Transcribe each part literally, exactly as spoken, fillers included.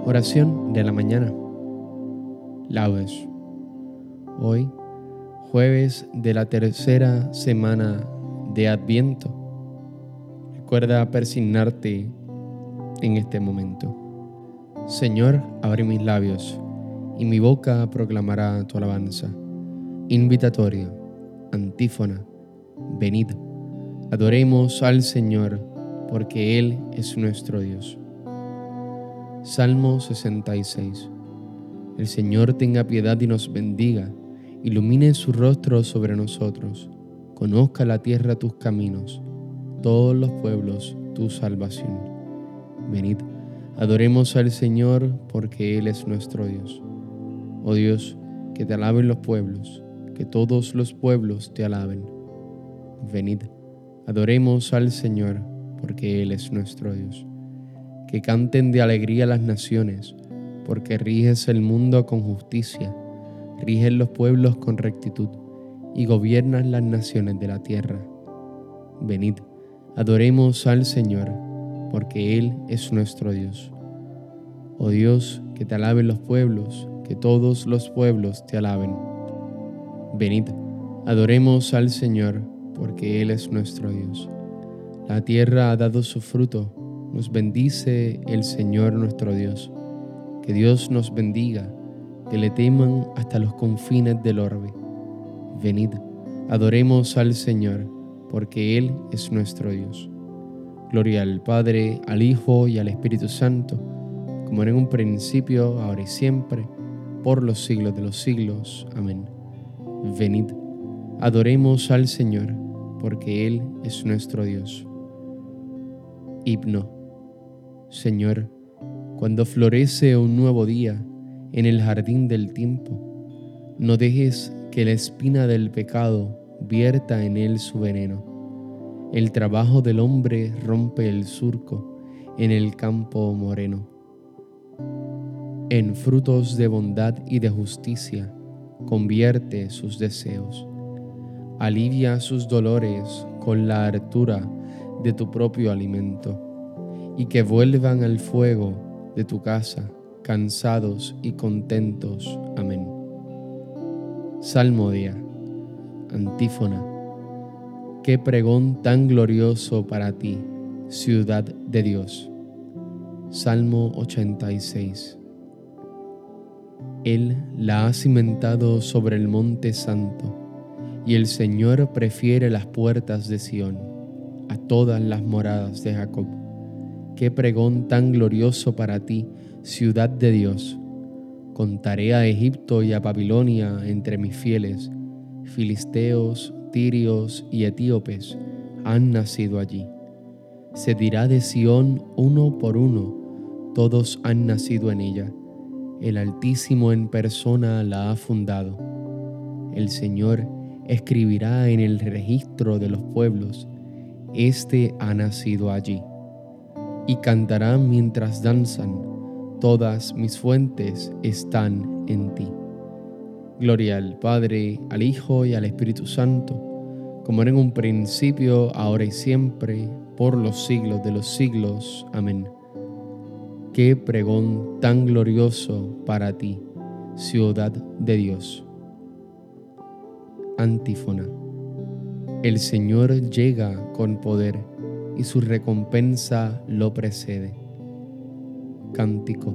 Oración de la mañana. Laudes. Hoy, jueves de la tercera semana de Adviento. Recuerda persignarte en este momento. Señor, abre mis labios, y mi boca proclamará tu alabanza. Invitatorio, antífona, venid, adoremos al Señor, porque Él es nuestro Dios. Salmo sesenta y seis. El Señor tenga piedad y nos bendiga, ilumine su rostro sobre nosotros, conozca la tierra tus caminos, todos los pueblos tu salvación. Venid, adoremos al Señor, porque Él es nuestro Dios. Oh Dios, que te alaben los pueblos, que todos los pueblos te alaben. Venid, adoremos al Señor, porque Él es nuestro Dios. Que canten de alegría las naciones, porque riges el mundo con justicia, riges los pueblos con rectitud, y gobiernas las naciones de la tierra. Venid, adoremos al Señor, porque Él es nuestro Dios. Oh Dios, que te alaben los pueblos, que todos los pueblos te alaben. Venid, adoremos al Señor, porque Él es nuestro Dios. La tierra ha dado su fruto, nos bendice el Señor nuestro Dios. Que Dios nos bendiga, que le teman hasta los confines del orbe. Venid, adoremos al Señor, porque Él es nuestro Dios. Gloria al Padre, al Hijo y al Espíritu Santo, como era en un principio, ahora y siempre, por los siglos de los siglos. Amén. Venid, adoremos al Señor, porque Él es nuestro Dios. Himno. Señor, cuando florece un nuevo día en el jardín del tiempo, no dejes que la espina del pecado vierta en él su veneno. El trabajo del hombre rompe el surco en el campo moreno. En frutos de bondad y de justicia convierte sus deseos. Alivia sus dolores con la hartura de tu propio alimento, y que vuelvan al fuego de tu casa, cansados y contentos. Amén. Salmodia. Antífona. Qué pregón tan glorioso para ti, ciudad de Dios. Salmo ochenta y seis. Él la ha cimentado sobre el monte santo, y el Señor prefiere las puertas de Sión a todas las moradas de Jacob. Qué pregón tan glorioso para ti, ciudad de Dios. Contaré a Egipto y a Babilonia entre mis fieles. Filisteos, tirios y etíopes han nacido allí. Se dirá de Sión uno por uno, todos han nacido en ella. El Altísimo en persona la ha fundado. El Señor escribirá en el registro de los pueblos: Este ha nacido allí. Y cantarán mientras danzan: todas mis fuentes están en ti. Gloria al Padre, al Hijo y al Espíritu Santo, como era en un principio, ahora y siempre, por los siglos de los siglos. Amén. Qué pregón tan glorioso para ti, ciudad de Dios. Antífona. El Señor llega con poder, y su recompensa lo precede. Cántico.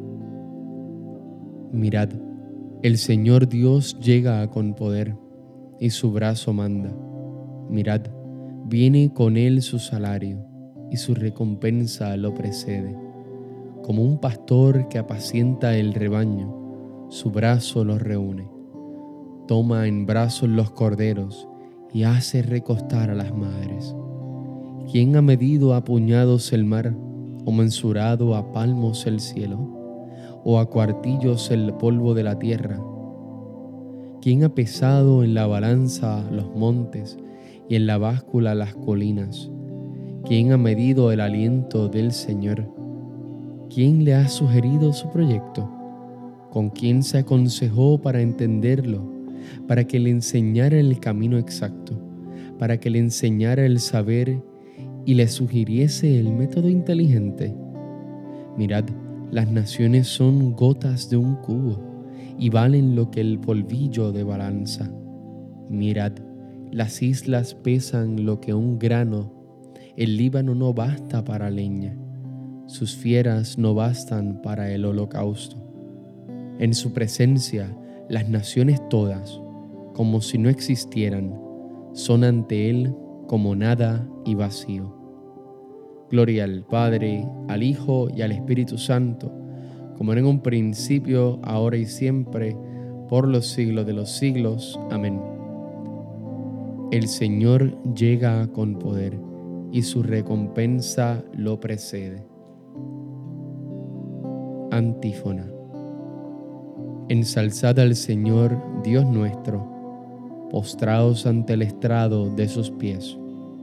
Mirad, el Señor Dios llega con poder, y su brazo manda. Mirad, viene con él su salario, y su recompensa lo precede. Como un pastor que apacienta el rebaño, su brazo los reúne. Toma en brazos los corderos, y hace recostar a las madres. ¿Quién ha medido a puñados el mar, o mensurado a palmos el cielo, o a cuartillos el polvo de la tierra? ¿Quién ha pesado en la balanza los montes y en la báscula las colinas? ¿Quién ha medido el aliento del Señor? ¿Quién le ha sugerido su proyecto? ¿Con quién se aconsejó para entenderlo, para que le enseñara el camino exacto, para que le enseñara el saber y le sugiriese el método inteligente? Mirad, Las naciones son gotas de un cubo y valen lo que el polvillo de balanza. Mirad, las islas pesan lo que un grano. El Líbano no basta para leña. Sus fieras no bastan para el holocausto. En su presencia, las naciones todas, como si no existieran, son ante él como nada y vacío. Gloria al Padre, al Hijo y al Espíritu Santo, como era en un principio, ahora y siempre, por los siglos de los siglos. Amén. El Señor llega con poder, y su recompensa lo precede. Antífona. Ensalzad al Señor, Dios nuestro, postraos ante el estrado de sus pies.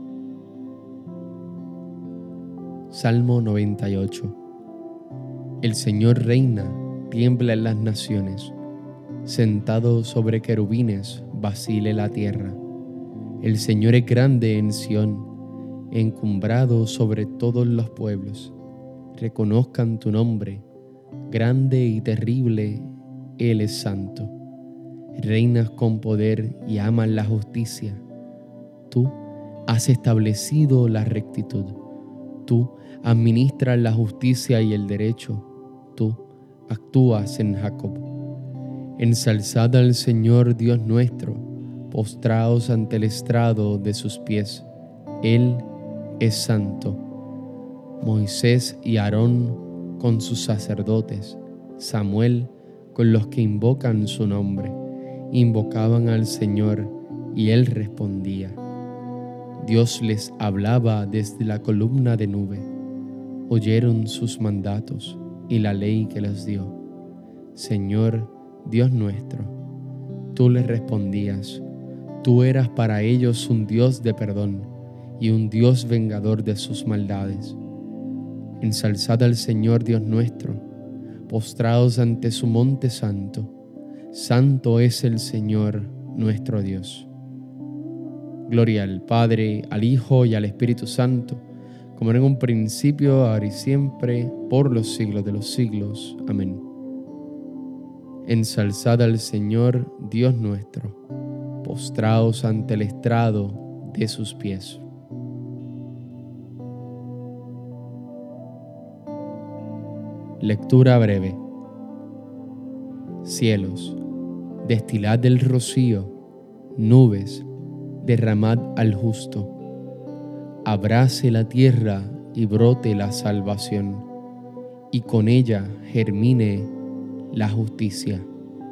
Salmo noventa y ocho. El Señor reina, tiembla en las naciones. Sentado sobre querubines, vacile la tierra. El Señor es grande en Sión, encumbrado sobre todos los pueblos. Reconozcan tu nombre, grande y terrible, Él es santo. Reinas con poder y amas la justicia. Tú has establecido la rectitud. Tú administras la justicia y el derecho. Tú actúas en Jacob. Ensalzad al Señor Dios nuestro, postraos ante el estrado de sus pies. Él es santo. Moisés y Aarón con sus sacerdotes, Samuel con los que invocan su nombre, invocaban al Señor y Él respondía. Dios les hablaba desde la columna de nube. Oyeron sus mandatos y la ley que les dio. Señor, Dios nuestro, tú les respondías. Tú eras para ellos un Dios de perdón y un Dios vengador de sus maldades. Ensalzad al Señor Dios nuestro, postraos ante su monte santo. Santo es el Señor nuestro Dios. Gloria al Padre, al Hijo y al Espíritu Santo, como era en un principio, ahora y siempre, por los siglos de los siglos. Amén. Ensalzad al Señor Dios nuestro, postraos ante el estrado de sus pies. Lectura breve. Cielos, destilad del rocío, nubes, derramad al justo. Abrace la tierra y brote la salvación, y con ella germine la justicia.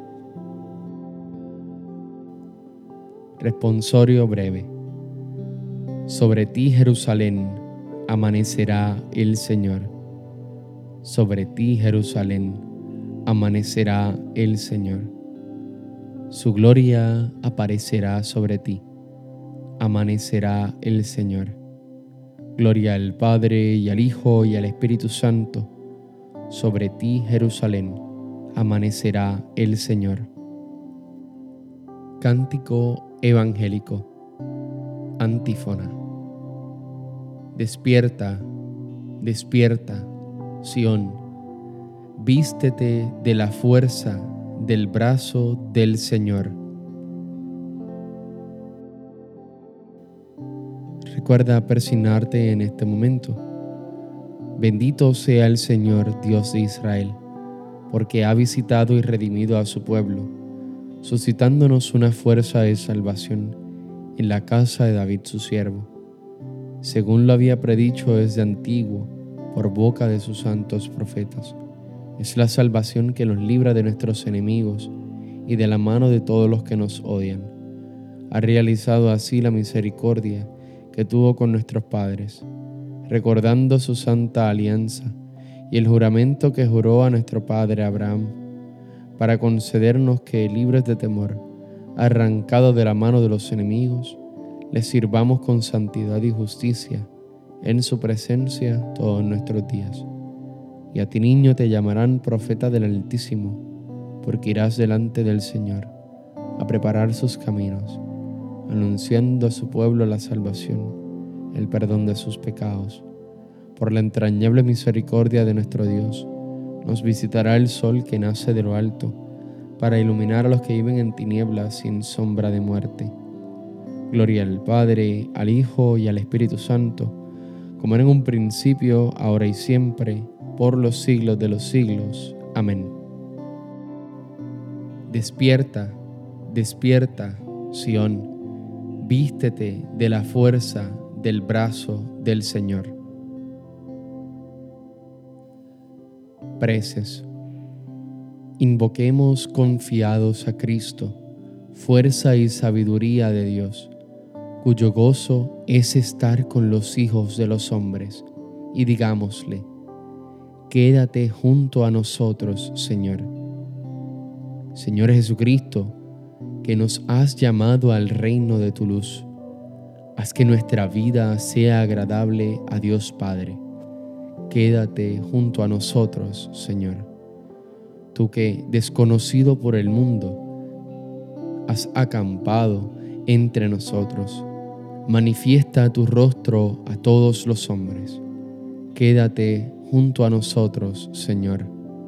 Responsorio breve. Sobre ti, Jerusalén, amanecerá el Señor. Sobre ti, Jerusalén, amanecerá el Señor. Su gloria aparecerá sobre ti. Amanecerá el Señor. Gloria al Padre y al Hijo y al Espíritu Santo. Sobre ti, Jerusalén, amanecerá el Señor. Cántico evangélico. Antífona. Despierta, despierta, Sión, vístete de la fuerza del brazo del Señor. Recuerda persignarte en este momento. Bendito sea el Señor, Dios de Israel, porque ha visitado y redimido a su pueblo, suscitándonos una fuerza de salvación en la casa de David su siervo, según lo había predicho desde antiguo por boca de sus santos profetas. Es la salvación que nos libra de nuestros enemigos y de la mano de todos los que nos odian. Ha realizado así la misericordia que tuvo con nuestros padres, recordando su santa alianza y el juramento que juró a nuestro padre Abraham, para concedernos que, libres de temor, arrancados de la mano de los enemigos, les sirvamos con santidad y justicia en su presencia todos nuestros días. Y a ti, niño, te llamarán profeta del Altísimo, porque irás delante del Señor a preparar sus caminos, anunciando a su pueblo la salvación, el perdón de sus pecados, por la entrañable misericordia de nuestro Dios, nos visitará el sol que nace de lo alto, para iluminar a los que viven en tinieblas sin sombra de muerte. Gloria al Padre, al Hijo y al Espíritu Santo, como era en un principio, ahora y siempre, por los siglos de los siglos. Amén. Despierta, despierta, Sión, vístete de la fuerza del brazo del Señor. Preces. Invoquemos confiados a Cristo, fuerza y sabiduría de Dios, cuyo gozo es estar con los hijos de los hombres, y digámosle: quédate junto a nosotros, Señor. Señor Jesucristo, que nos has llamado al reino de tu luz, haz que nuestra vida sea agradable a Dios Padre. Quédate junto a nosotros, Señor. Tú que, desconocido por el mundo, has acampado entre nosotros, manifiesta tu rostro a todos los hombres. Quédate junto a nosotros, Señor.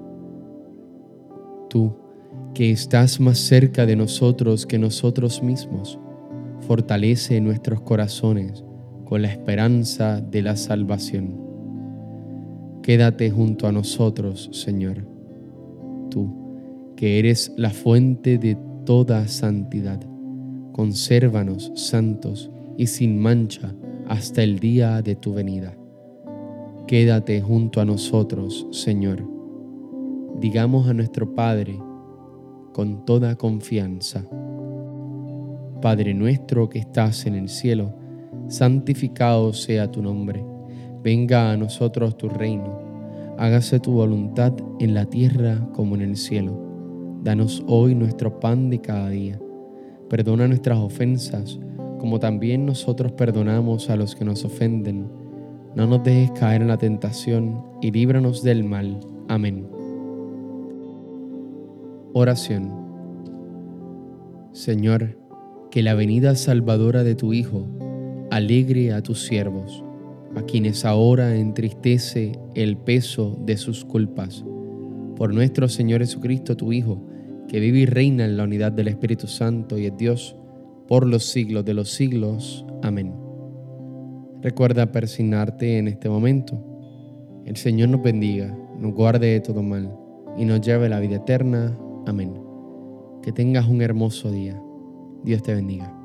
Tú, que estás más cerca de nosotros que nosotros mismos, fortalece nuestros corazones con la esperanza de la salvación. Quédate junto a nosotros, Señor. Tú, que eres la fuente de toda santidad, consérvanos santos y sin mancha hasta el día de tu venida. Quédate junto a nosotros, Señor. Digamos a nuestro Padre con toda confianza: Padre nuestro que estás en el cielo, santificado sea tu nombre. Venga a nosotros tu reino. Hágase tu voluntad en la tierra como en el cielo. Danos hoy nuestro pan de cada día. Perdona nuestras ofensas, como también nosotros perdonamos a los que nos ofenden. No nos dejes caer en la tentación y líbranos del mal. Amén. Oración. Señor, que la venida salvadora de tu Hijo alegre a tus siervos, a quienes ahora entristece el peso de sus culpas. Por nuestro Señor Jesucristo, tu Hijo, que vive y reina en la unidad del Espíritu Santo y es Dios, por los siglos de los siglos. Amén. Recuerda persignarte en este momento. El Señor nos bendiga, nos guarde de todo mal y nos lleve a la vida eterna. Amén. Que tengas un hermoso día. Dios te bendiga.